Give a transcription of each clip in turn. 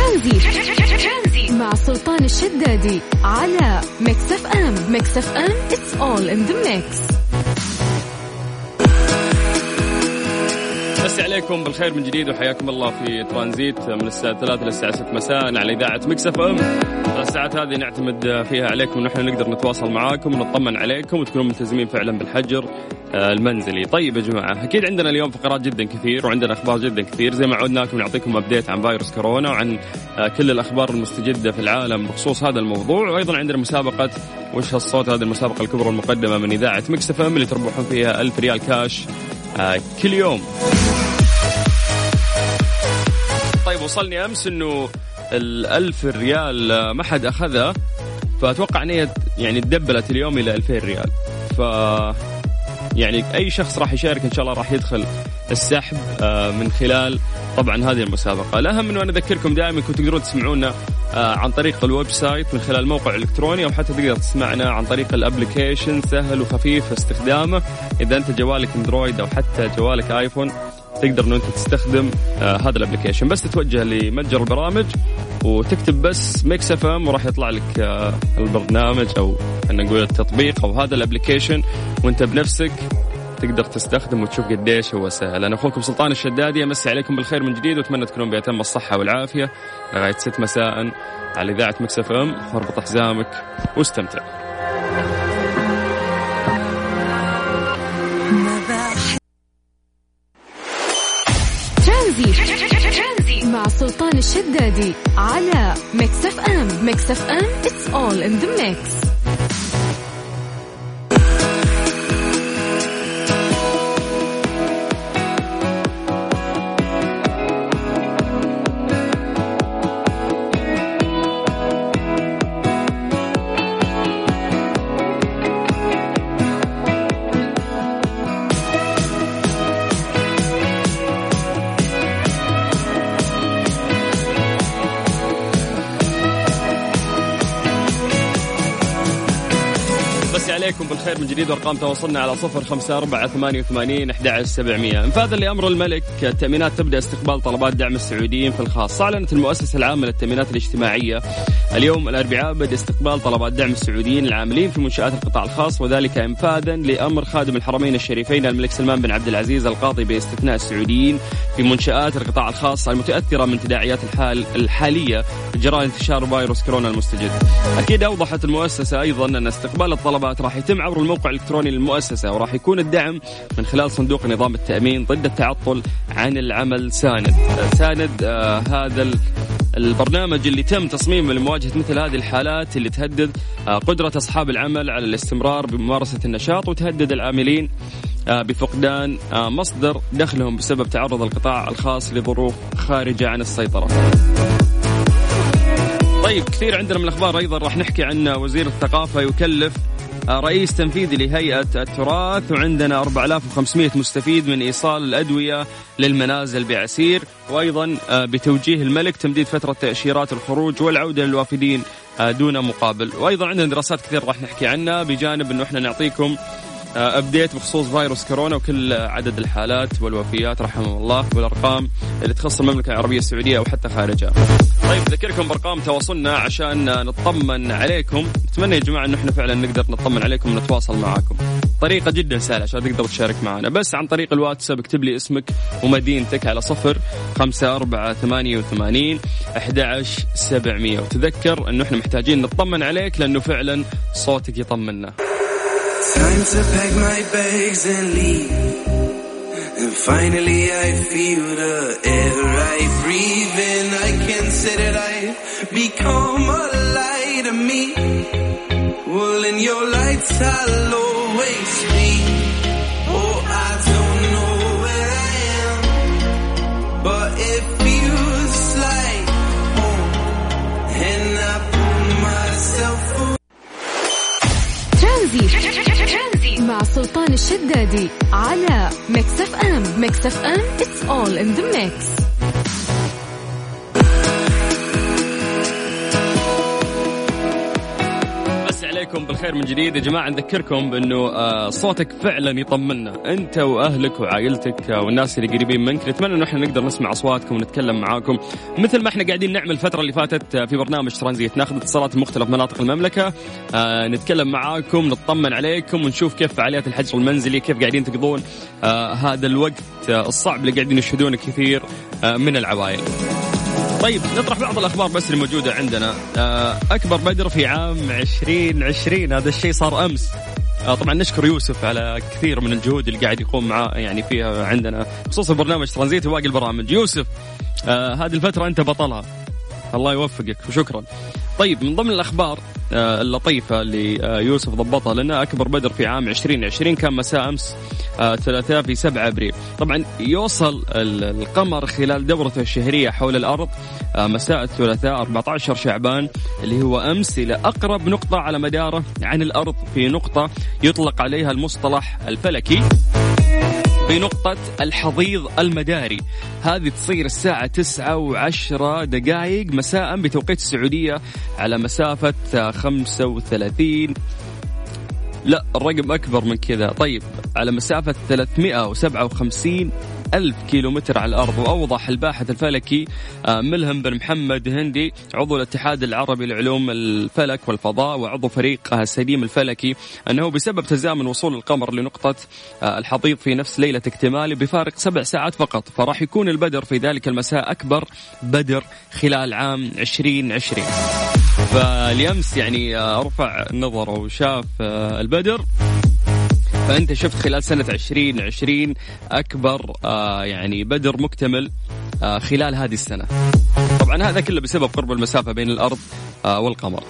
ترانزيت مع سلطان الشدادي على ميكس اف ام. ميكس اف ام it's all in the mix. مسي عليكم بالخير من جديد وحياكم الله في ترانزيت من الساعة 3 للساعة 6 مساء على إذاعة ميكس اف ام. الساعات هذه نعتمد فيها عليكم ونحن نقدر نتواصل معاكم ونطمن عليكم وتكونوا ملتزمين فعلا بالحجر المنزلي. طيب يا جماعة، أكيد عندنا اليوم فقرات جدا كثير وعندنا أخبار جدا كثير زي ما عودناكم نعطيكم أبديت عن فيروس كورونا وعن كل الأخبار المستجدة في العالم بخصوص هذا الموضوع. وأيضا عندنا مسابقة وش هالصوت، هذه المسابقة الكبرى المقدمة من إذاعة ميكس اف ام اللي تربحون فيها 1000 ريال كاش كل يوم. طيب وصلني أمس إنه 1000 ريال ما حد أخذها، فأتوقع أن هي يعني تدبلت اليوم إلى 2000 ريال. يعني أي شخص راح يشارك إن شاء الله راح يدخل السحب من خلال طبعا هذه المسابقة. الأهم إنه أنا أذكركم دائما كنتوا تقدرون تسمعونا عن طريق الويب سايت من خلال موقع إلكتروني، أو حتى تقدر تسمعنا عن طريق الابليكيشن، سهل وخفيف استخدامه. إذا أنت جوالك اندرويد أو حتى جوالك آيفون تقدر إنه أنت تستخدم هذا الابليكيشن. بس تتوجه لمتجر البرامج وتكتب بس ميكس اف ام وراح يطلع لك البرنامج أو خلينا نقول التطبيق أو هذا الابليكيشن، وأنت بنفسك تقدر تستخدم وتشوف قديش هو سهل. أنا أخوكم سلطان الشدادي، أمسي عليكم بالخير من جديد وأتمنى تكونون بأتم الصحة والعافية لغاية 6 مساء على إذاعة ميكس اف ام. اربط حزامك واستمتع. ترانزيت مع سلطان الشدادي على ميكس اف ام. ميكس اف ام it's all in the mix. عليكم بالخير من جديد، وارقام تواصلنا على 0548811700. انفاذا لأمر الملك التأمينات تبدأ استقبال طلبات دعم السعوديين في الخاص. أعلنت المؤسسة العامة للتأمينات الاجتماعية اليوم الأربعاء بدء استقبال طلبات دعم السعوديين العاملين في منشآت القطاع الخاص، وذلك انفاذا لأمر خادم الحرمين الشريفين الملك سلمان بن عبد العزيز القاضي باستثناء السعوديين في منشآت القطاع الخاص المتأثرة من تداعيات الحالية جراء انتشار فيروس كورونا المستجد. أكيد أوضحت المؤسسة أيضا أن استقبال الطلبات راح يتم عبر الموقع الإلكتروني للمؤسسة، وراح يكون الدعم من خلال صندوق نظام التأمين ضد التعطل عن العمل ساند هذا البرنامج اللي تم تصميمه لمواجهة مثل هذه الحالات اللي تهدد قدرة أصحاب العمل على الاستمرار بممارسة النشاط وتهدد العاملين بفقدان مصدر دخلهم بسبب تعرض القطاع الخاص لظروف خارجة عن السيطرة. طيب كثير عندنا من الأخبار. أيضا راح نحكي عن وزير الثقافة يكلف رئيس تنفيذي لهيئة التراث، وعندنا 4500 مستفيد من إيصال الأدوية للمنازل بعسير، وأيضا بتوجيه الملك تمديد فترة تأشيرات الخروج والعودة للوافدين دون مقابل. وأيضا عندنا دراسات كثير راح نحكي عنها، بجانب أنه إحنا نعطيكم أبديت بخصوص فيروس كورونا وكل عدد الحالات والوفيات رحمه الله والأرقام اللي تخص المملكة العربية السعودية أو حتى خارجها. طيب ذكركم بأرقام تواصلنا عشان نطمن عليكم. نتمنى يا جماعة أنه إحنا فعلا نقدر نطمن عليكم ونتواصل معاكم. طريقة جدا سهلة عشان تقدر تشارك معنا، بس عن طريق الواتساب اكتب لي اسمك ومدينتك على 0548811700 وتذكر أنه إحنا محتاجين نطمن عليك لأنه فعلا صوتك يطمنا. Time to pack my bags and leave. And finally I feel the air I breathe in. I can say that I've become a light to me. Well, in your lights I'll always be. Oh, I don't know where I am, but it feels like home. And I put myself on. ترانزيت مع سلطان الشدادي على ميكس اف ام. ميكس اف ام it's all in the mix. عليكم بالخير من جديد يا جماعة. نذكركم بأنه صوتك فعلا يطمنا، أنت وأهلك وعائلتك والناس اللي قريبين منك. نتمنى أنه إحنا نقدر نسمع أصواتكم ونتكلم معاكم مثل ما إحنا قاعدين نعمل الفترة اللي فاتت في برنامج ترانزيت. ناخذ اتصالات من مختلف مناطق المملكة، نتكلم معاكم، نطمن عليكم ونشوف كيف فعاليات الحجر المنزلي، كيف قاعدين تقضون هذا الوقت الصعب اللي قاعدين يشهدونه كثير من العوائل. طيب نطرح بعض الأخبار بس اللي موجودة عندنا. أكبر بدر في عام 2020، هذا الشيء صار أمس. طبعا نشكر يوسف على كثير من الجهود اللي قاعد يقوم معاه يعني فيها عندنا خصوصا برنامج ترانزيت وباقي البرامج. يوسف هذه الفترة أنت بطلها، الله يوفقك وشكرا. طيب من ضمن الأخبار اللطيفة اللي يوسف ضبطها لنا، أكبر بدر في عام 2020 كان مساء أمس ثلاثاء في 7 أبريل. طبعا يوصل القمر خلال دورته الشهرية حول الأرض مساء الثلاثاء 14 شعبان اللي هو أمس إلى أقرب نقطة على مداره عن الأرض في نقطة يطلق عليها المصطلح الفلكي بنقطة الحضيض المداري. هذه تصير الساعة 9:10 مساء بتوقيت السعودية على مسافة 35، لا الرقم أكبر من كذا. طيب على مسافة 357 ألف كيلومتر على الأرض. وأوضح الباحث الفلكي ملهم بن محمد هندي عضو الاتحاد العربي لعلوم الفلك والفضاء وعضو فريق السليم الفلكي أنه بسبب تزامن وصول القمر لنقطة الحضيض في نفس ليلة اكتماله بفارق 7 ساعات فقط، فراح يكون البدر في ذلك المساء أكبر بدر خلال عام 2020. فاليمس يعني رفع نظره وشاف البدر، فأنت شفت خلال سنة 2020 أكبر يعني بدر مكتمل خلال هذه السنة. طبعا هذا كله بسبب قرب المسافة بين الأرض والقمر.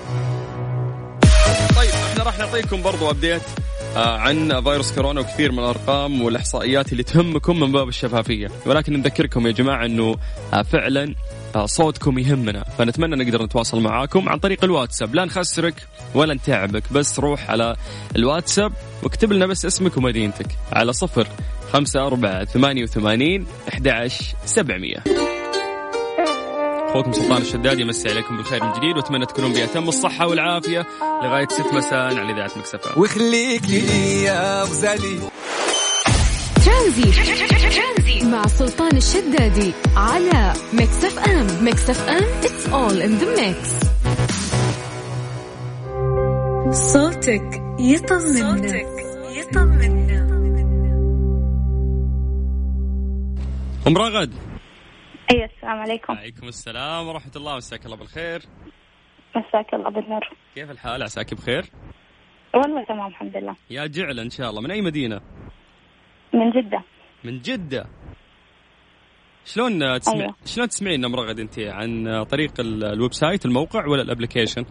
طيب احنا راح نعطيكم برضو أبديت عن فيروس كورونا وكثير من الأرقام والإحصائيات اللي تهمكم من باب الشفافية، ولكن نذكركم يا جماعة أنه فعلا صوتكم يهمنا، فنتمنى نقدر نتواصل معاكم عن طريق الواتساب. لا نخسرك ولا نتعبك، بس روح على الواتساب واكتب لنا بس اسمك ومدينتك على 0548811700. أخوكم سلطان الشدادي يمسي عليكم بالخير من جديد، وأتمنى تكونون بأتم الصحة والعافية لغاية 6 مساء على إذاعة مكس اف ام. وخليك لي يا غزالي ترانزيت مع سلطان الشدادي على مكس اف ام. مكس اف ام it's all in the mix. صوتك يطمنا. أم رغد. أيوة السلام عليكم. وعليكم السلام ورحمة الله، مساك الله بالخير. مساك الله بالنور. كيف الحال؟ عساك بخير؟ والله تمام الحمد لله. يا جعل إن شاء الله. من أي مدينة؟ من جدة. من جدة. شلون تسمع؟ أيوة. شلون تسمعين أم رغد أنت؟ عن طريق الويب سايت الموقع ولا الأبليكيشن؟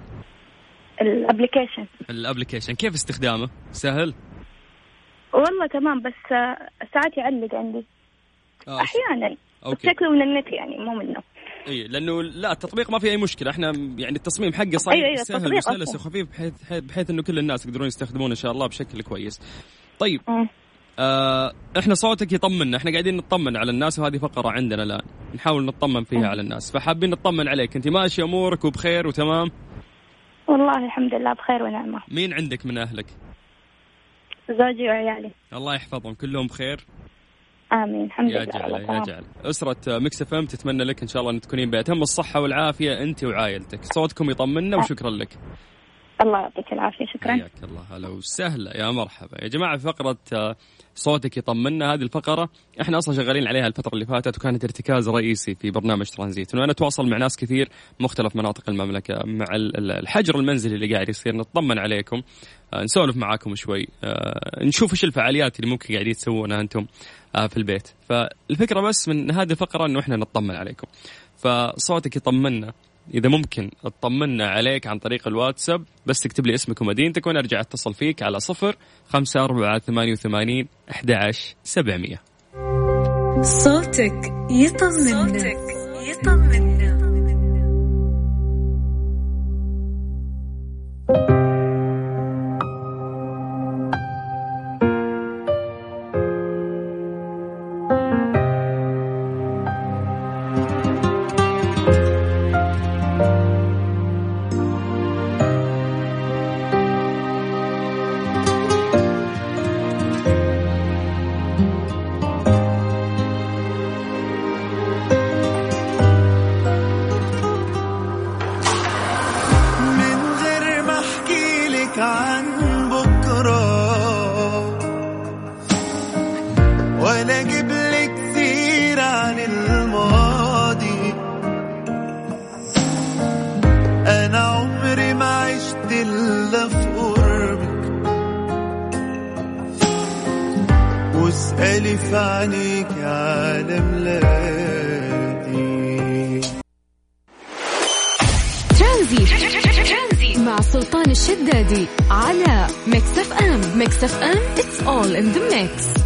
الأبليكيشن كيف استخدامه؟ سهل؟ والله تمام، بس ساعات يعلق عندي أحيانا. شكله من النت يعني مو منه. اي لانه لا التطبيق ما فيه اي مشكله، احنا يعني التصميم حقه صحيح أيوة سهل وسلس وخفيف بحيث انه كل الناس يقدرون يستخدمونه ان شاء الله بشكل كويس. طيب احنا صوتك يطمنا، احنا قاعدين نطمن على الناس وهذه فقره عندنا الان نحاول نطمن فيها على الناس، فحابين نطمن عليك. انت ماشي امورك وبخير وتمام؟ والله الحمد لله بخير ونعمه. مين عندك من اهلك؟ زوجي وعيالي. الله يحفظهم كلهم بخير. آمين الحمد لله. يا جعل أسرة مكس اف ام تتمنى لك إن شاء الله أن تكونين بأتم الصحة والعافية أنت وعائلتك. صوتكم يطمنا وشكرا لك. الله يعطيك العافية. شكرا. حياك الله. هلا وسهلا يا مرحبا يا جماعة. في فقرة صوتك يطمنا، هذه الفقرة احنا أصلا شغالين عليها الفترة اللي فاتت وكانت ارتكاز رئيسي في برنامج ترانزيت، وأنا أتواصل مع ناس كثير مختلف مناطق المملكة مع الحجر المنزلي اللي قاعد يصير، نطمن عليكم، نسولف معاكم شوي، نشوف ايش الفعاليات اللي ممكن قاعدين تسوونها أنتم في البيت. فالفكرة بس من هذه الفقرة أنه إحنا نطمن عليكم، فصوتك يطمنا. إذا ممكن اطمنا عليك عن طريق الواتساب، بس تكتب لي اسمك ومدينتك وأنا أرجع أتصل فيك على 0548811700. صوتك يطمنا. عنيك يا عالم ليدي. ترانزيت مع سلطان الشدادي على ميكس اف ام. ميكس اف ام it's all in the mix.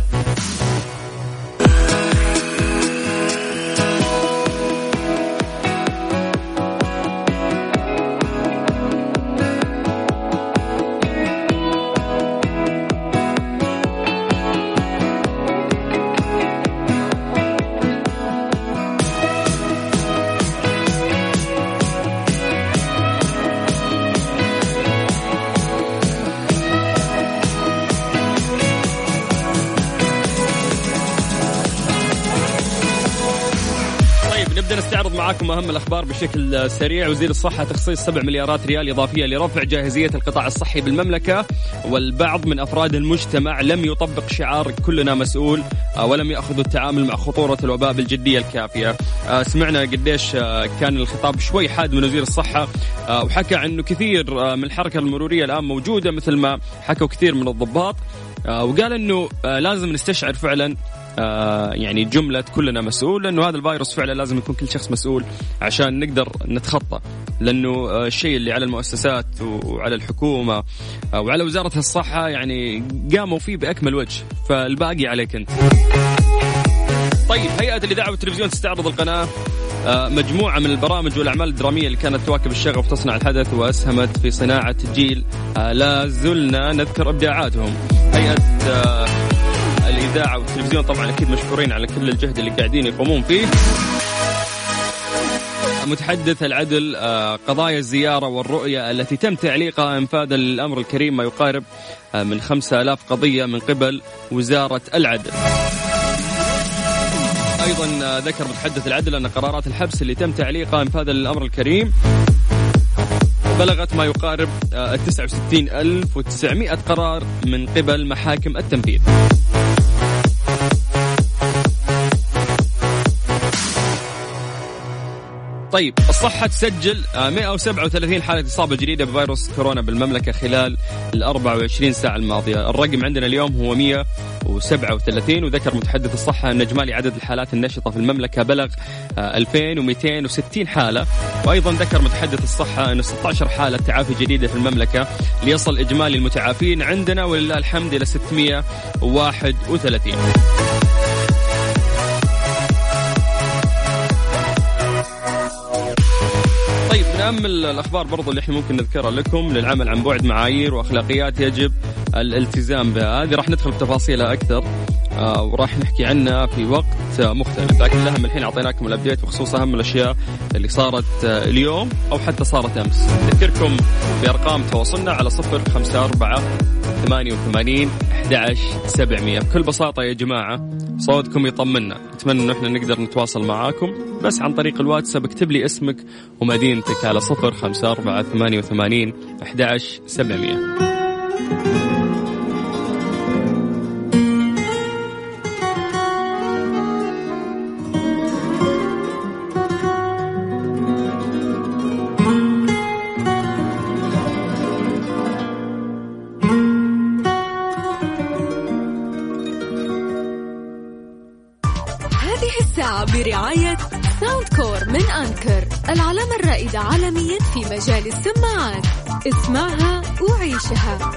نستعرض معاكم أهم الأخبار بشكل سريع. وزير الصحة تخصيص 7 مليارات ريال إضافية لرفع جاهزية القطاع الصحي بالمملكة. والبعض من أفراد المجتمع لم يطبق شعار كلنا مسؤول ولم يأخذوا التعامل مع خطورة الوباء بالجدية الكافية. سمعنا قديش كان الخطاب شوي حاد من وزير الصحة، وحكى أنه كثير من الحركة المرورية الآن موجودة مثل ما حكوا كثير من الضباط، وقال أنه لازم نستشعر فعلا يعني جملة كلنا مسؤول، لأنه هذا الفيروس فعلا لازم يكون كل شخص مسؤول عشان نقدر نتخطى. لأنه الشيء اللي على المؤسسات وعلى الحكومة وعلى وزارة الصحة يعني قاموا فيه بأكمل وجه، فالباقي عليك أنت. طيب، هيئة الإذاعة والتلفزيون تستعرض القناة مجموعة من البرامج والأعمال الدرامية اللي كانت تواكب الشغف وتصنع الحدث وأسهمت في صناعة جيل لا زلنا نذكر إبداعاتهم. هيئة الإذاعة والتلفزيون طبعا أكيد مشكورين على كل الجهد اللي قاعدين يقومون فيه. متحدث العدل قضايا الزيارة والرؤية التي تم تعليقها انفاذا للأمر الكريم ما يقارب من 5000 قضية من قبل وزارة العدل. أيضا ذكر متحدث العدل أن قرارات الحبس اللي تم تعليقها انفاذا للأمر الكريم بلغت ما يقارب 69,900 قرار من قبل محاكم التنفيذ. طيب، الصحة تسجل 137 حالة إصابة جديدة بفيروس كورونا بالمملكة خلال 24 ساعة الماضية. الرقم عندنا اليوم هو 137. وذكر متحدث الصحة أن إجمالي عدد الحالات النشطة في المملكة بلغ 2260 حالة. وأيضا ذكر متحدث الصحة أن 16 حالة تعافي جديدة في المملكة ليصل إجمالي المتعافين عندنا ولله الحمد إلى 631. طيب، نأمل الأخبار برضو اللي احنا ممكن نذكرها لكم. للعمل عن بعد معايير وأخلاقيات يجب الالتزام بها. هذه راح ندخل بتفاصيلها أكثر وراح نحكي عنها في وقت مختلف، لكن الأهم الحين أعطيناكم الأبديت بخصوص أهم الأشياء اللي صارت اليوم أو حتى صارت أمس. نذكركم بأرقام تواصلنا على 054-88-11-700. بكل بساطة يا جماعة صوتكم يطمنا. أتمنى أنه احنا نقدر نتواصل معاكم بس عن طريق الواتساب. اكتب لي اسمك ومدينتك على 054-88-11-700. برعاية ساوند كور من أنكر، العلامة الرائدة عالميا في مجال السماعات. اسمعها وعيشها.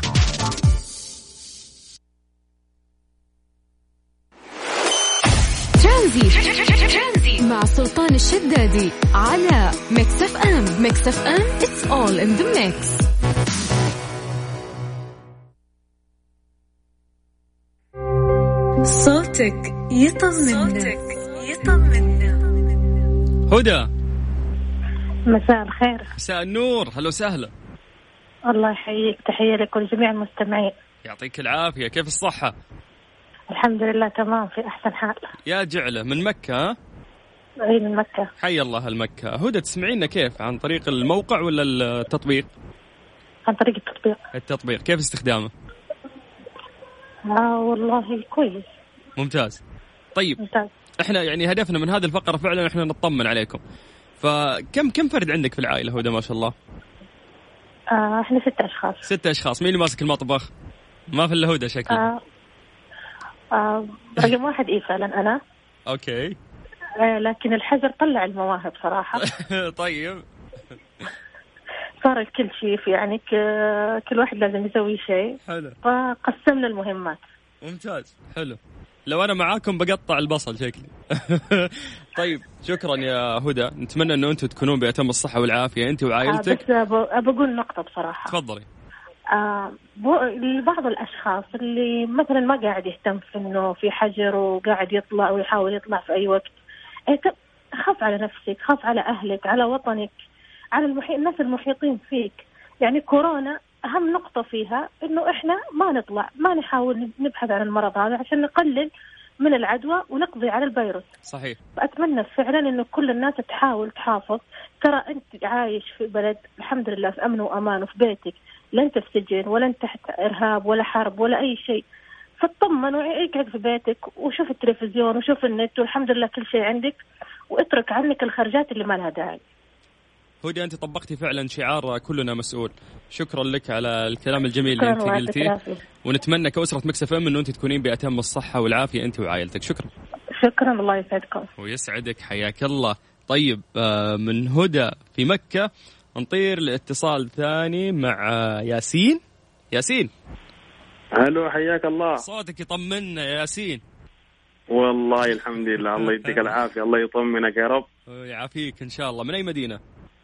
ترانزيت مع سلطان الشدادي على ميكس اف ام. ميكس اف ام it's all in the mix. صوتك يطمنا. هدى، مساء الخير. مساء النور، هلا وسهلا. الله يحييك، تحية لك ولجميع المستمعين. يعطيك العافية. كيف الصحة؟ الحمد لله تمام، في أحسن حال. يا جعلة من مكة؟ ها؟ أي من مكة. حي الله المكة. هدى، تسمعينا كيف؟ عن طريق الموقع ولا التطبيق؟ عن طريق التطبيق. كيف استخدامه؟ والله كويس. ممتاز. طيب، ممتاز. احنا يعني هدفنا من هذه الفقرة فعلا احنا نطمن عليكم. فكم فرد عندك في العائلة هدى؟ ما شاء الله. احنا 6 أشخاص. 6 أشخاص. مين اللي ماسك المطبخ؟ ما في إلا هدى شكله. رقم 1 فعلا أنا. أوكي. لكن الحجر طلع المواهب صراحة. طيب. صار الكل شيء يعني كل واحد لازم يسوي شيء. حلو. فقسمنا المهمات. ممتاز. حلو. لو أنا معاكم بقطع البصل شكلي. طيب شكرا يا هدى، نتمنى أنه أنتم تكونون بأتم الصحة والعافية أنت وعائلتك. بس أقول نقطة بصراحة. تفضلي. لبعض الأشخاص اللي مثلا ما قاعد يهتم في إنه في حجر وقاعد يطلع ويحاول يطلع في أي وقت، خاف على نفسك، خاف على أهلك، على وطنك، على الناس المحيطين فيك. يعني كورونا أهم نقطة فيها إنه إحنا ما نطلع، ما نحاول نبحث عن المرض هذا عشان نقلل من العدوى ونقضي على الفيروس. صحيح. فأتمنى فعلا إنه كل الناس تحاول تحافظ. ترى أنت عايش في بلد الحمد لله في أمن وأمان وفي بيتك، لا أنت في سجن ولا أنت تحت إرهاب ولا حرب ولا أي شيء. فاطمن واقعد في بيتك وشوف التلفزيون وشوف النت والحمد لله كل شيء عندك، واترك عنك الخرجات اللي ما لها داعي. هدى أنت طبقتي فعلا شعار كلنا مسؤول. شكرا لك على الكلام الجميل اللي أنت قلتيه، ونتمنى كأسرة مكس اف ام أنه أنت تكونين بأتم الصحة والعافية أنت وعائلتك. شكرا. شكرا، الله يسعدكم ويسعدك، حياك الله. طيب من هدى في مكة نطير لاتصال ثاني مع ياسين. ياسين. الو حياك الله. صوتك يطمنا يا ياسين. والله الحمد لله، الله يديك العافية، الله يطمنك يا رب. يعافيك إن شاء الله. من أي مدينة؟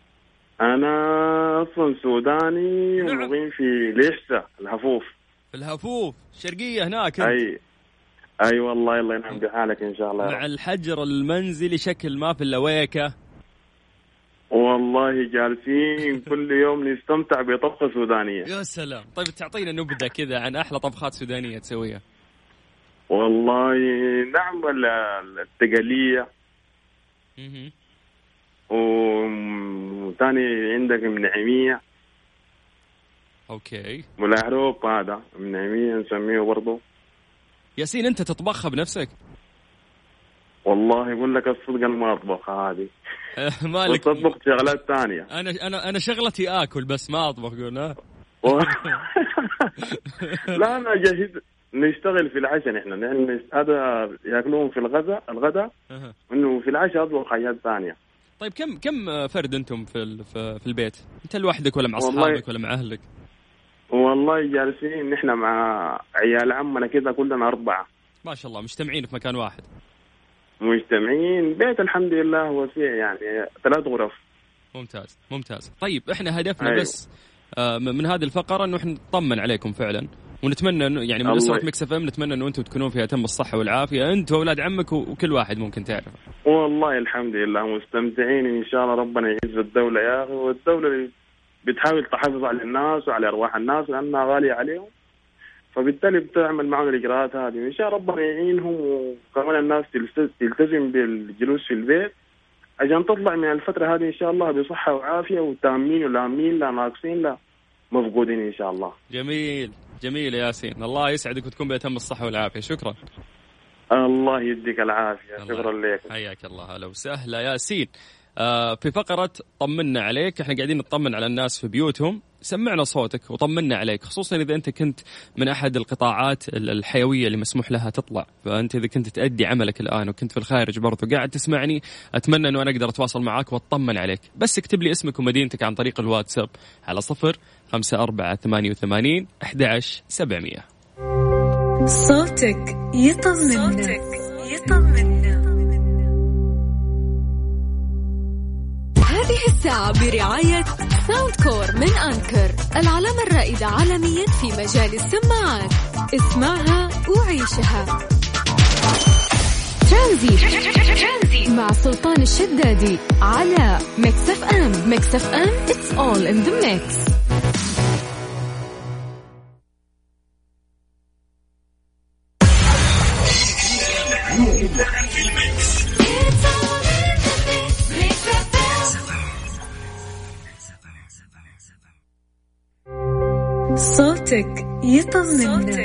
أنا أصلا سوداني ومقيم في ليشسة الهفوف. في الهفوف الشرقية هناك. أي والله، الله ينعم بحالك إن شاء الله. مع الحجر المنزلي شكل ما في اللويكة. والله جالسين كل يوم نستمتع بطبخة سودانية. يا سلام. طيب تعطينا نبذة كذا عن أحلى طبخات سودانية تسويها. والله نعمل التقلية، وثاني عندك منعمية. أوكي. ملاحروب هذا منعمية نسميه برضو. ياسين أنت تطبخها بنفسك؟ والله يقول لك الصدق ما أطبخ هذه. مالك أطبخ شغلات تانية. أنا شغلتي آكل بس ما أطبخ. قلنا لا أنا جاهز نشتغل في العشاء. نحن هذا يأكلون في الغداء إنه في العشاء أطبخ حاجات ثانية. طيب كم فرد أنتم في البيت؟ أنت لوحدك ولا مع أصحابك ولا مع أهلك؟ والله جالسين نحن مع عيال عمنا كذا كلنا 4. ما شاء الله مجتمعين في مكان واحد. مجتمعين بيت الحمد لله وسيع يعني 3 غرف. ممتاز. طيب احنا هدفنا بس من هذه الفقرة انه احنا نطمن عليكم فعلا، ونتمنى انه يعني من أسرة مكس اف ام نتمنى انه انتم تكونون في اتم الصحة والعافية انت واولاد عمك وكل واحد ممكن تعرفه. والله الحمد لله مستمتعين ان شاء الله. ربنا يعز الدولة يا اخي، والدولة بتحاول تحافظ على الناس وعلى ارواح الناس لانها غالية عليهم، فبالتالي بتعمل معهم الإجراءات هذه. وإن شاء ربنا يعينهم، وكمان الناس تلتزم بالجلوس في البيت عشان تطلع من الفترة هذه إن شاء الله بصحة وعافية، وتامين ولا امين لا ناقصين لا مفقودين إن شاء الله. جميل يا ياسين، الله يسعدك وتكون بأتم الصحة والعافية. شكرا. الله يديك العافية. شكرا لك. حياك الله. هلا وسهلا ياسين. في فقرة طمنا عليك، احنا قاعدين نطمن على الناس في بيوتهم، سمعنا صوتك وطمنا عليك، خصوصا إذا أنت كنت من أحد القطاعات الحيوية اللي مسموح لها تطلع. فأنت إذا كنت تأدي عملك الآن وكنت في الخارج برضو قاعد تسمعني، أتمنى أنه أنا أقدر أتواصل معك وأطمن عليك. بس اكتب لي اسمك ومدينتك عن طريق الواتساب على 05488111700. صوتك يطمنا. هذه الساعة برعاية ساوند كور من أنكر، العلامة الرائدة عالميا في مجال السماعات. اسمعها وعيشها. ترانزيت مع سلطان الشدادي على ميكس اف ام. ميكس اف ام it's all in the mix. صوتك يطمنا.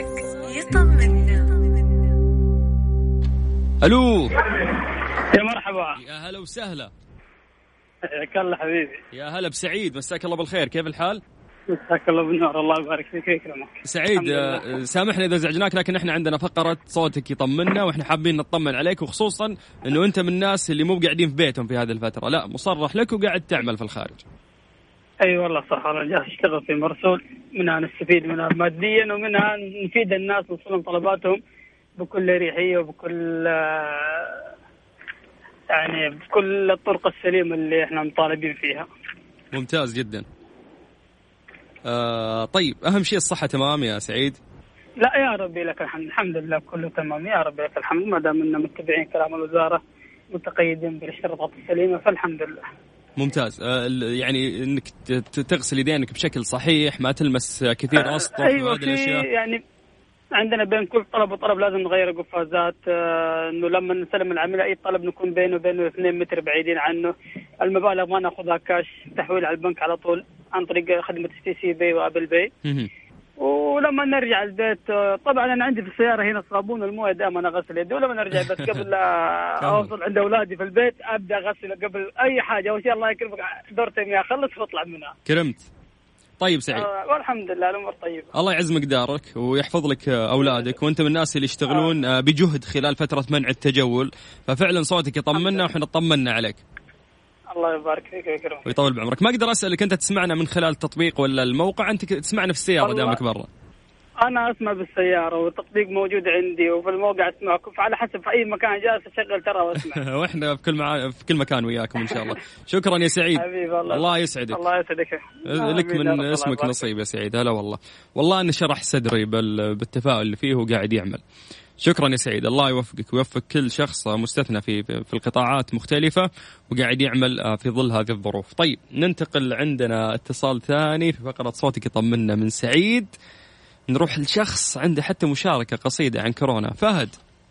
ألو يا مرحبا. يا هلا وسهلا. حياك الله حبيبي. يا هلا بسعيد، مساك الله بالخير، كيف الحال؟ جزاك الله بالنور، الله يبارك فيك ويكرمك. سعيد سامحنا إذا زعجناك، لكن إحنا عندنا فقرة صوتك يطمنا، وإحنا حابين نطمن عليك، وخصوصا إنه أنت من الناس اللي مو قاعدين في بيتهم في هذه الفترة، لا مصرح لك وقاعد تعمل في الخارج. أي والله صح، أنا جالس أشتغل في مرسول، منها نستفيد منها ماديا ومنها نفيد الناس نوصلهم طلباتهم بكل ريحية وبكل يعني بكل الطرق السليمة اللي إحنا مطالبين فيها. ممتاز جدا. طيب أهم شيء الصحة تمام يا سعيد؟ لا يا ربي لك الحمد لله كله تمام يا ربي لك الحمد، ما دام إننا متبعين كلام الوزارة متقيدين بالاشتراطات السليمة فالحمد لله. ممتاز. يعني انك تغسل يدينك بشكل صحيح، ما تلمس كثير اسطح أيوة وهذه الاشياء. يعني عندنا بين كل طلب وطلب لازم نغير قفازات، انه لما نسلم العميل اي طلب نكون بينه وبينه 2 متر بعيدين عنه. المبالغ ما ناخذها كاش، تحويل على البنك على طول عن طريق خدمة CC Pay وابل باي. ولما نرجع البيت طبعا انا عندي في السياره هنا الصابون والمويه دائما اغسل يدي، ولما نرجع بس قبل اوصل عند اولادي في البيت ابدا اغسل قبل اي حاجه، وان شاء الله يكرمك دورتين يا اخلص واطلع منها. كرمت. طيب سعيد والحمد لله الامور طيبه. الله يعز مقدارك ويحفظ لك اولادك، وانت من الناس اللي يشتغلون بجهد خلال فتره منع التجول، ففعلا صوتك يطمنا واحنا طمنا عليك. الله يبارك فيك ويكرمك ويطول بعمرك. ما اقدر اسالك انت تسمعنا من خلال التطبيق ولا الموقع؟ انت تسمعنا في السياره دامك برا؟ انا اسمع بالسياره والتطبيق موجود عندي وفي الموقع اسمعكم، فعلى حسب في اي مكان جالس اشغل ترى واسمع. واحنا في كل مكان وياكم ان شاء الله. شكرا يا سعيد. الله يسعدك. الله يسعدك. لك من اسمك نصيب يا سعيد. هلا والله، والله انه شرح صدري بالتفاؤل اللي فيه وقاعد يعمل. شكرا يا سعيد، الله يوفقك ويوفق كل شخص مستثنى في القطاعات مختلفة وقاعد يعمل في ظل هذه الظروف. طيب ننتقل، عندنا اتصال ثاني في فقرة صوتك يطمنا من سعيد. نروح لشخص عنده حتى مشاركة قصيدة عن كورونا. فهد،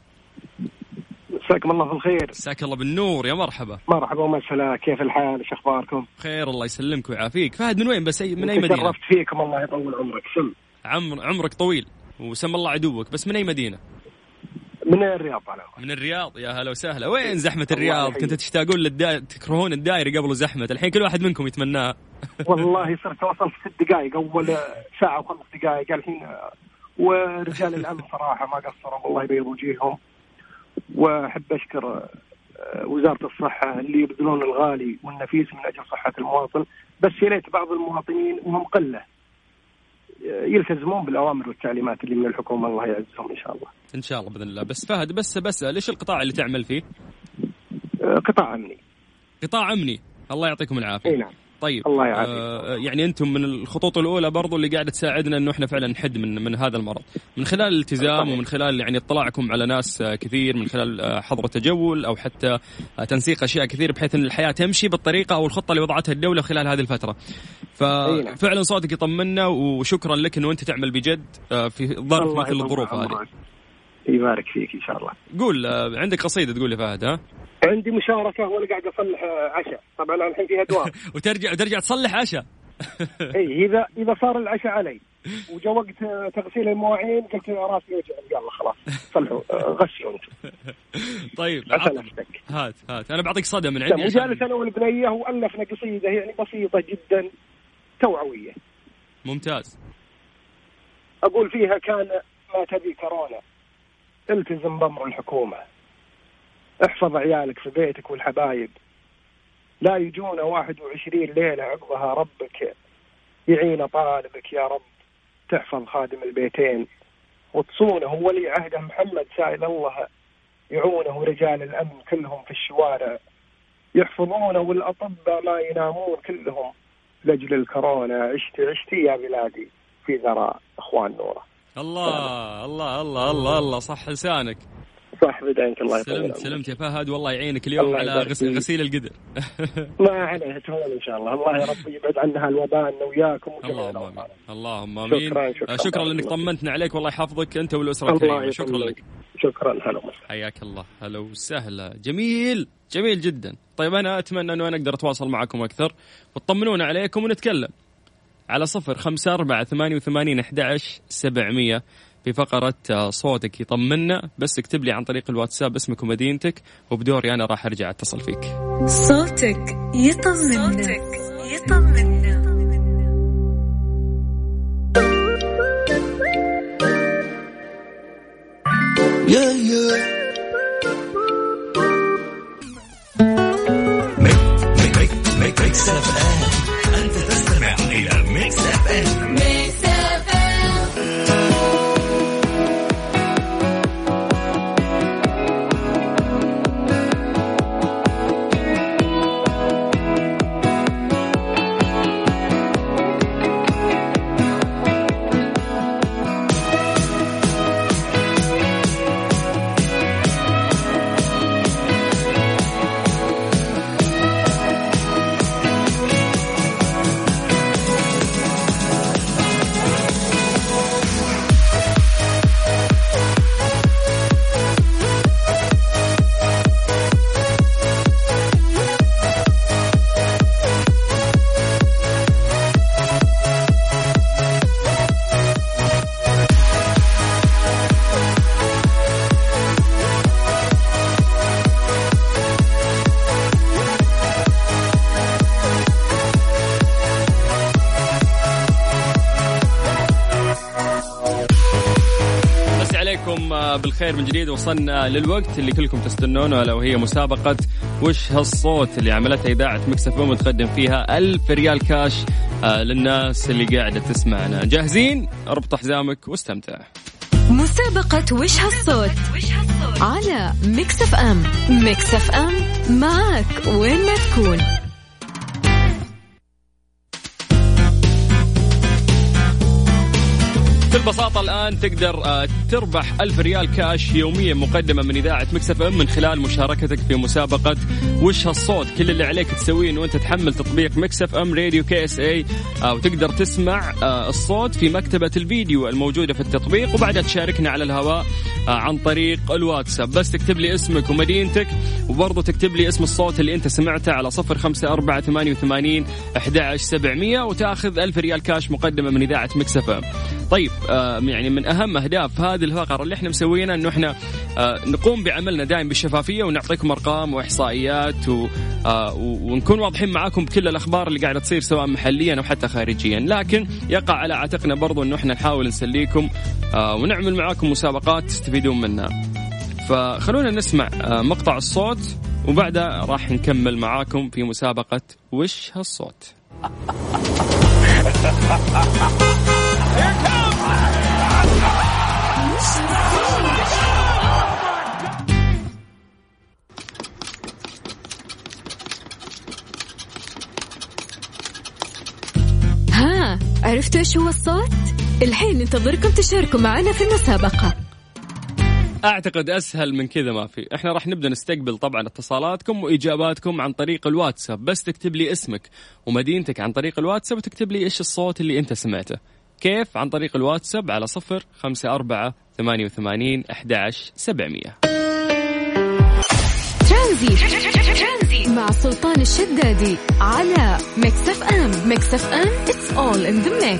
مساكم الله بالخير. مساك الله بالنور، يا مرحبا. مرحبا ومسهلا، كيف الحال؟ ايش اخباركم؟ خير الله يسلمك ويعافيك. فهد من وين بس؟ من اي مدينة؟ شرفت فيكم، الله يطول عمرك. عمرك طويل وسم الله عدوك. بس من اي مدينة؟ من الرياض. من الرياض، يا هلا وسهلا. وين زحمة الرياض؟ كنت تشتاقون تكرهون الدائري قبل زحمة، الحين كل واحد منكم يتمناها. والله صرت وصلت 6 دقائق، أول ساعة و5 دقائق الحين. ورجال الأمن صراحة ما قصروا، والله يبيض وجيههم. وأحب أشكر وزارة الصحة اللي يبذلون الغالي والنفيس من أجل صحة المواطن. بس يا ليت بعض المواطنين وهم قلة يلتزمون بالأوامر والتعليمات اللي من الحكومة، الله يعزهم إن شاء الله. إن شاء الله بإذن الله. بس فهد بس ليش القطاع اللي تعمل فيه؟ قطاع أمني. قطاع أمني، الله يعطيكم العافية. إيه نعم. طيب الله يعافيك. يعني أنتم من الخطوط الأولى برضو اللي قاعدة تساعدنا إنه إحنا فعلا نحد من هذا المرض، من خلال الالتزام ومن خلال يعني اطلاعكم على ناس كثير، من خلال حظر تجول أو حتى تنسيق أشياء كثير بحيث إن الحياة تمشي بالطريقة أو الخطة اللي وضعتها الدولة خلال هذه الفترة. ففعلا صوتك يطمنا، وشكرا لك إنه أنت تعمل بجد في ظرف مثل الظروف هذه. يبارك فيك إن شاء الله. قول، عندك قصيدة تقول لي فهد؟ ها عندي مشاركة وأنا قاعد أصلح عشاء، طبعا أنا الحين فيها دوام. وترجع تصلح عشاء. إيه، إذا صار العشاء علي وجا وقت تغسيل المواعين قلت راسي وجع، يلا خلاص صلحوا غشوا أنتم. طيب هات أنا بعطيك صدى من عندي. مجالس أنا والبنية وألفنا قصيدة يعني بسيطة جدا توعوية. ممتاز. أقول فيها كان ما تبي كورونا، التزم بأمر الحكومة، احفظ عيالك في بيتك والحبايب، لا يجونا 21 ليلة عقبها ربك يعين طالبك يا رب، تحفظ خادم البيتين وتصونه ولي عهده محمد سائل الله يعونه، رجال الأمن كلهم في الشوارع يحفظونه، والأطباء ما ينامون كلهم لأجل الكورونا، عشتي يا بلادي في ذراء أخوان نوره. الله الله الله الله الله، صح لسانك، صح بدأنك. الله يطول. سلمت يا فهد، والله يعينك اليوم على غسيل القدر. ما عليه تهون إن شاء الله. الله يا رب يبعد عنها الوباء أنا وياكم. اللهم آمين. شكرا لأنك طمنتنا عليك، والله يحفظك أنت والأسرة الكريمة. شكرا لك. شكرا. هلا حياك الله. هلا وسهلا. جميل جدا. طيب أنا أتمنى أنه أنا أقدر أتواصل معكم أكثر وتطمنون عليكم ونتكلم على 0548811700 في فقرة صوتك يطمنا. بس اكتب لي عن طريق الواتساب اسمك ومدينتك، وبدوري أنا راح أرجع أتصل فيك. صوتك يطمنا. أنت تستمع إلى ميكس اف ام. بالخير من جديد. وصلنا للوقت اللي كلكم تستنونه، ألا وهي مسابقة وش هالصوت اللي عملتها إذاعة ميكس اف ام وتقدم فيها 1000 ريال كاش للناس اللي قاعدة تسمعنا. جاهزين؟ اربط حزامك واستمتع. مسابقة وش هالصوت على ميكس اف ام. ميكس اف ام معك وين ما تكون. ببساطة الآن تقدر تربح 1000 ريال كاش يوميا مقدمة من إذاعة ميكس اف ام من خلال مشاركتك في مسابقة وش هالصوت. كل اللي عليك تسويه إنه أنت تحمل تطبيق ميكس اف ام راديو KSA وتقدر تسمع الصوت في مكتبة الفيديو الموجودة في التطبيق، وبعدها تشاركنا على الهواء عن طريق الواتساب. بس تكتب لي اسمك ومدينتك، وبرضه تكتب لي اسم الصوت اللي أنت سمعته على 0548811700 وتأخذ 1000 ريال كاش مقدمة من إذاعة ميكس اف ام. طيب يعني من أهم أهداف هذه الفقرة اللي احنا مسوينا إنه احنا نقوم بعملنا دائم بالشفافية ونعطيكم أرقام وإحصائيات ونكون واضحين معاكم بكل الأخبار اللي قاعدة تصير سواء محليا أو حتى خارجيا، لكن يقع على عاتقنا برضو إنه احنا نحاول نسليكم ونعمل معاكم مسابقات تستفيدون منها. فخلونا نسمع مقطع الصوت وبعدها راح نكمل معاكم في مسابقة وش هالصوت. ها، عرفتوا ايش هو الصوت؟ الحين ننتظركم تشاركوا معنا في المسابقة. أعتقد أسهل من كذا ما في. إحنا راح نبدأ نستقبل طبعا اتصالاتكم وإجاباتكم عن طريق الواتساب. بس تكتب لي اسمك ومدينتك عن طريق الواتساب وتكتب لي إيش الصوت اللي أنت سمعته. كيف؟ عن طريق الواتساب على 0548811700. ترانزي مع سلطان الشدادي على ميكس اف ام. ميكس اف ام it's all in the mix.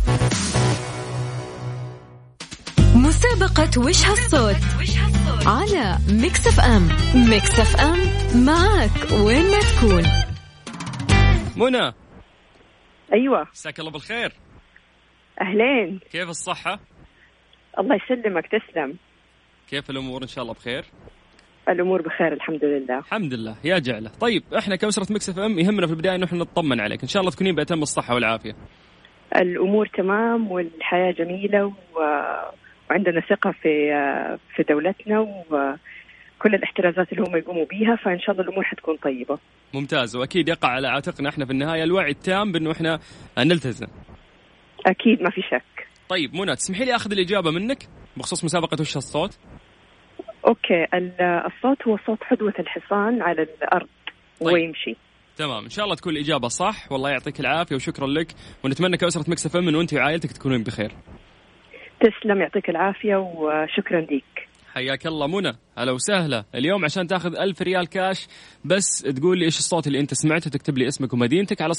مسابقة وش هالصوت على ميكس اف ام. ميكس اف ام معك وين ما تكون. منى. أيوة. مساك الله بالخير. أهلين. كيف الصحة؟ الله يسلمك. تسلم. كيف الأمور؟ إن شاء الله بخير. الأمور بخير الحمد لله. الحمد لله يا جعله. طيب إحنا كأسرة ميكس اف ام يهمنا في البداية إنه إحنا نطمن عليك، إن شاء الله تكونين بأتم الصحة والعافية. الأمور تمام والحياة جميلة وعندنا ثقة في دولتنا وكل الاحترازات اللي هم يقوموا بيها، فإن شاء الله الأمور حتكون طيبة. ممتاز. وأكيد يقع على عاتقنا إحنا في النهاية الوعي التام بأنه إحنا نلتزم. أكيد ما في شك. طيب منى، تسمحي لي أخذ الإجابة منك بخصوص مسابقة وش الصوت؟ أوكي. الصوت هو صوت حدوة الحصان على الأرض. طيب. ويمشي. تمام، إن شاء الله تكون الإجابة صح. والله يعطيك العافية وشكرا لك، ونتمنى كأسرة ميكس اف ام إنه أنت وعائلتك تكونون بخير. تسلم، يعطيك العافية وشكرا ليك. حياك الله منى، هلا وسهلا. اليوم عشان تاخذ 1000 ريال كاش بس تقول لي إيش الصوت اللي أنت سمعته، تكتب لي اسمك ومدينتك على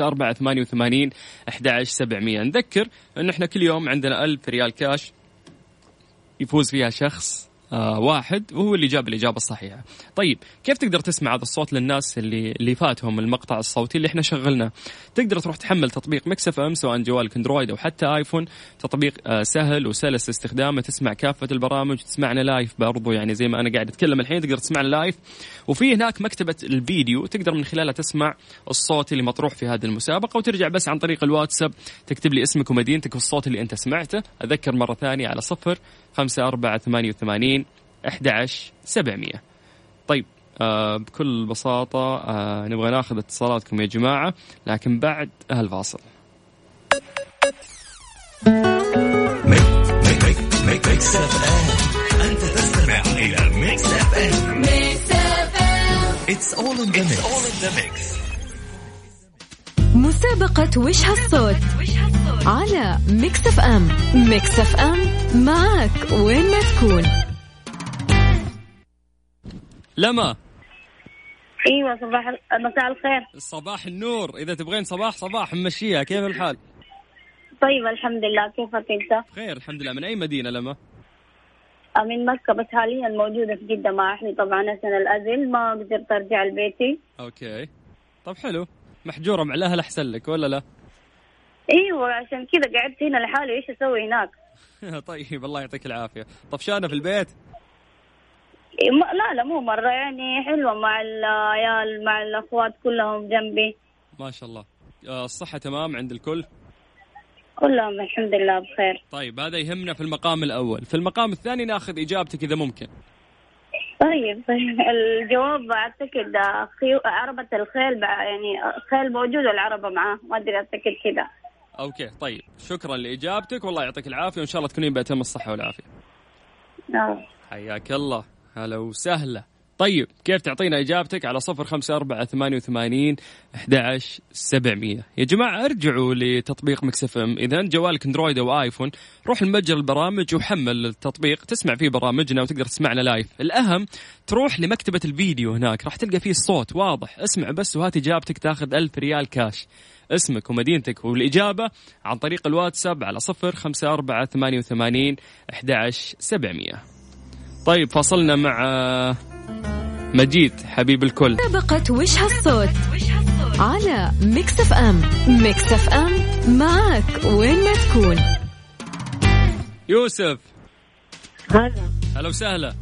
0548811700. نذكر إن إحنا كل يوم عندنا 1000 ريال كاش يفوز فيها شخص واحد وهو اللي جاب الإجابة الصحيحة. طيب كيف تقدر تسمع هذا الصوت للناس اللي فاتهم المقطع الصوتي اللي احنا شغلناه؟ تقدر تروح تحمل تطبيق ميكس اف ام سواء جوالك اندرويد أو حتى آيفون. تطبيق سهل وسلس استخدامه، تسمع كافة البرامج، تسمعنا لايف برضو، يعني زي ما أنا قاعد أتكلم الحين تقدر تسمعنا لايف. وفي هناك مكتبة الفيديو تقدر من خلالها تسمع الصوت اللي مطروح في هذه المسابقة، وترجع بس عن طريق الواتساب تكتب لي اسمك ومدينتك والصوت اللي أنت سمعته. أذكر مرة ثانية على 0548811700. طيب بكل بساطة نبغى ناخذ اتصالاتكم يا جماعة، لكن بعد هالفاصل. ميكس اف ام. أنت تستمع إلى ميكس اف ام. It's all in the mix. مسابقة وش هالصوت على ميكس اف ام. ميكس اف ام معك وين ما تكون. لما ايوه مساء الخير. صباح النور. اذا تبغين صباح ممشيها. كيف الحال؟ طيب الحمد لله. كيفك انت؟ بخير الحمد لله. من اي مدينة لما؟ من مكة، بس حاليا موجودة في جدة مع أهلي. طبعا عشان الأزل ما قدرت أرجع لبيتي. أوكي طب حلو. محجورة مع الأهل أحسن لك ولا لا؟ أيوة عشان كذا قعدت هنا لحالي. إيش أسوي هناك؟ طيب الله يعطيك العافية. طفشانة في البيت؟ لا مو مرة، يعني حلوة مع العيال مع الأخوات كلهم جنبي. ما شاء الله. الصحة تمام عند الكل؟ كلهم الحمد لله بخير. طيب هذا يهمنا في المقام الأول. في المقام الثاني ناخذ إجابتك إذا ممكن. طيب الجواب أعتقد عربة الخيل، يعني خيل موجود والعربة معاه، ما أدري أعتقد كذا. أوكي طيب شكرا لإجابتك والله يعطيك العافية، وإن شاء الله تكونين بأتم الصحة والعافية. حياك الله. هلا وسهلا. طيب كيف تعطينا إجابتك على 0548811700. يا جماعة ارجعوا لتطبيق ميكس اف ام. إذا جوالك اندرويد أو آيفون روح لمتجر البرامج وحمل التطبيق، تسمع فيه برامجنا وتقدر تسمعنا لايف. الأهم تروح لمكتبة الفيديو، هناك راح تلقى فيه الصوت واضح. اسمع بس وهات إجابتك، تاخذ 1000 ريال كاش. اسمك ومدينتك والإجابة عن طريق الواتساب على 0548811700. طيب فاصلنا مع مجيد حبيب الكل. مسابقة وش هالصوت على ميكس اف ام. ميكس اف ام معك وين ما تكون. يوسف. هلا وسهلا.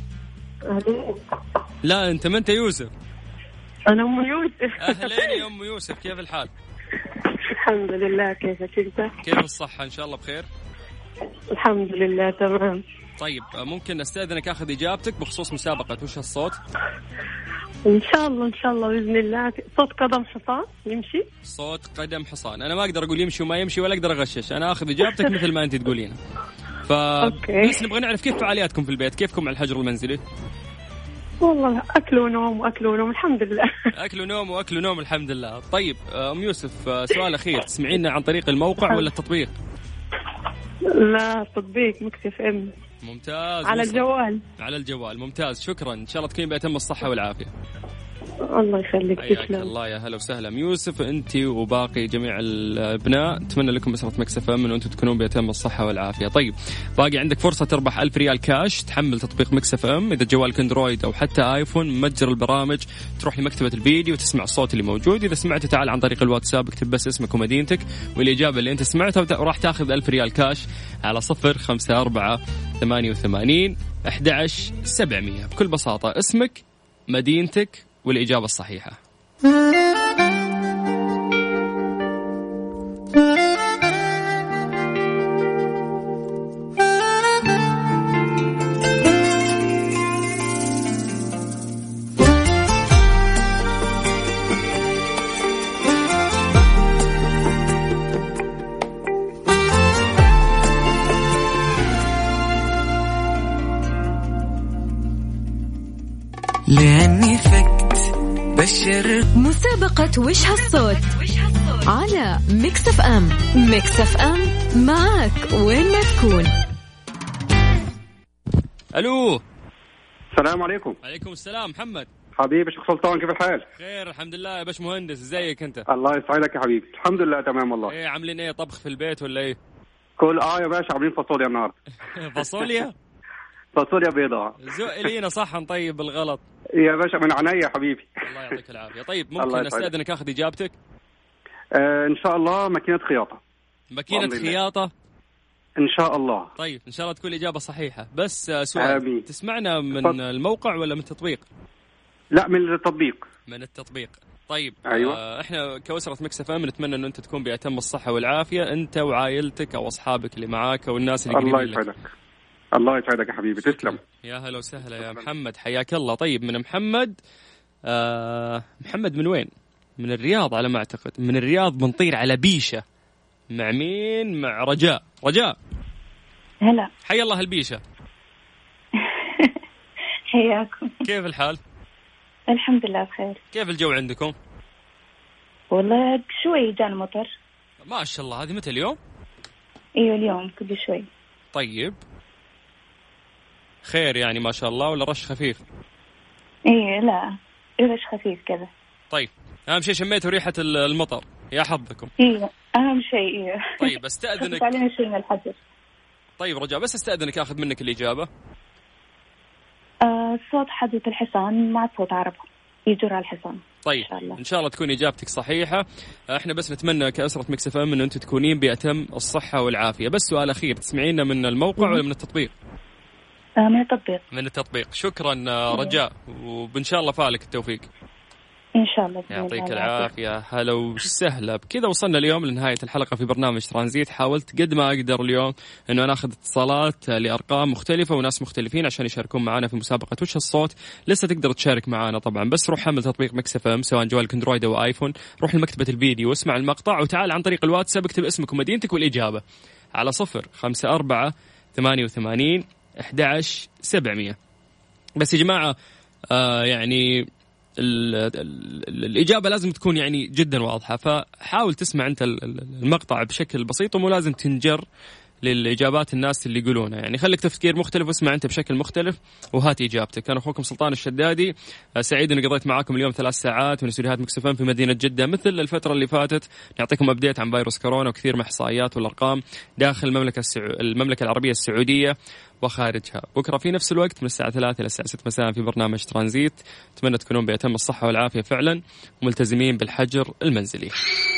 لا انت ما انت يوسف. انا ام يوسف. اهلين يا ام يوسف، كيف الحال؟ الحمد لله. كيفك انت؟ كيف الصحة؟ ان شاء الله بخير. الحمد لله تمام. طيب ممكن استاذنك اخذ اجابتك بخصوص مسابقة وش هالصوت؟ ان شاء الله باذن الله. صوت قدم حصان يمشي. صوت قدم حصان. انا ما اقدر اقول يمشي وما يمشي ولا اقدر اغشش، انا اخذ اجابتك مثل ما انت تقولين. بس نبغى نعرف كيف فعالياتكم في البيت، كيفكم على الحجر المنزلي؟ والله اكل ونوم الحمد لله. اكل ونوم الحمد لله. طيب ام يوسف سؤال اخير، تسمعينا عن طريق الموقع ولا التطبيق؟ لا تطبيق ميكس اف ام. ممتاز. على الجوال. على الجوال ممتاز. شكرا، ان شاء الله تكونين بأتم الصحة والعافية. الله يخليك. تسلم. الله يا هلا وسهلا يوسف. انت وباقي جميع الابناء اتمنى لكم مسرة ميكس اف ام ان انتم تكونون بأتم الصحة والعافية. طيب باقي عندك فرصة تربح 1000 ريال كاش. تحمل تطبيق ميكس اف ام اذا جوالك اندرويد او حتى ايفون، متجر البرامج، تروح لمكتبة الفيديو وتسمع الصوت اللي موجود. اذا سمعته تعال عن طريق الواتساب، اكتب بس اسمك ومدينتك والاجابة اللي انت سمعتها وراح تاخذ 1000 ريال كاش على 0548811700. بكل بساطة اسمك مدينتك والإجابة الصحيحة. لأني فكت بشر. مسابقة وش هالصوت على ميكس اف ام. ميكس اف ام معك وين ما تكون. الو السلام عليكم. عليكم السلام. محمد حبيبي شيخ سلطان، كيف الحال؟ خير الحمد لله يا باش مهندس. ازيك انت؟ الله يسعدك يا حبيبي. الحمد لله تمام والله. ايه عاملين ايه؟ طبخ في البيت ولا ايه؟ كل يا باشا عاملين فاصوليا النهارده. فاصوليا؟ فاصوليا بيضاء. زق لينا صحن طيب بالغلط يا باشا، من عينيا يا حبيبي. الله يعطيك العافية. طيب ممكن أستأذنك أخذ إجابتك؟ إن شاء الله ماكينة خياطة. ماكينة خياطة إن شاء الله. طيب إن شاء الله تكون الإجابة صحيحة. بس سؤال، تسمعنا من الموقع ولا من التطبيق؟ لا، من التطبيق. من التطبيق. طيب أيوة. إحنا كأسرة ميكس اف ام نتمنى إنه أنت تكون بأتم الصحة والعافية، أنت وعائلتك أو أصحابك اللي معاك أو الناس اللي قريبين لك. الله يسعدك. الله يسعدك يا حبيبي، تسلم. يا هلا وسهلا يا محمد، حياك الله. طيب من محمد، محمد من وين؟ من الرياض على ما أعتقد. من الرياض بنطير على بيشة. مع مين؟ مع رجاء. رجاء هلا، حيا الله البيشة. حياكم. كيف الحال؟ الحمد لله بخير. كيف الجو عندكم؟ والله شوي جانا مطر. ما شاء الله. هذه متى اليوم؟ ايوه اليوم كل شوي. طيب خير يعني ما شاء الله ولا رش خفيف؟ ايه لا رش خفيف كذا. طيب أهم شيء شميتوا ريحة المطر، يا حظكم. ايه أهم شيء. ايه طيب استأذنك. علينا شيء من الحجر. طيب رجاء بس استأذنك أخذ منك الإجابة. صوت حدوة الحصان مع صوت عرب يجر على الحصان. طيب إن شاء الله تكون إجابتك صحيحة. إحنا بس نتمنى كأسرة ميكس اف ام إنه أنتم تكونين بأتم الصحة والعافية. بس سؤال أخير، تسمعينا من الموقع ولا من التطبيق؟ من التطبيق. من التطبيق. شكرا رجاء، وإن شاء الله فالك التوفيق. إن شاء الله. يعطيك العافية. هلا وسهلا. بكذا وصلنا اليوم لنهاية الحلقة في برنامج ترانزيت. حاولت قد ما أقدر اليوم أنه أنا أخذ اتصالات لأرقام مختلفة وناس مختلفين عشان يشاركون معنا في مسابقة وش الصوت. لسه تقدر تشارك معنا طبعا، بس روح حمل تطبيق ميكس اف ام سواء جوالك اندرويد أو آيفون، روح لمكتبة الفيديو واسمع المقطع، وتعال عن طريق الواتساب اكتب اسمك ومدينتك والإجابة على 054-88-11-700. بس يا جماعة يعني الإجابة لازم تكون يعني جدا واضحة، فحاول تسمع أنت المقطع بشكل بسيط ومو لازم تنجر للإجابات الناس اللي يقولونها. يعني خليك تفكير مختلف واسمع أنت بشكل مختلف وهات إجابتك. أنا أخوكم سلطان الشدادي، سعيد أني قضيت معاكم اليوم 3 ساعات من استديوهات ميكس اف ام في مدينة جدة. مثل الفترة اللي فاتت نعطيكم أبديت عن فيروس كورونا وكثير من الإحصائيات والأرقام داخل المملكة العربية السعودية وخارجها. بكرة في نفس الوقت من الساعة 3 إلى الساعة 6 مساء في برنامج ترانزيت. أتمنى تكونون بأتم الصحة والعافية فعلا وملتزمين بالحجر المنزلي.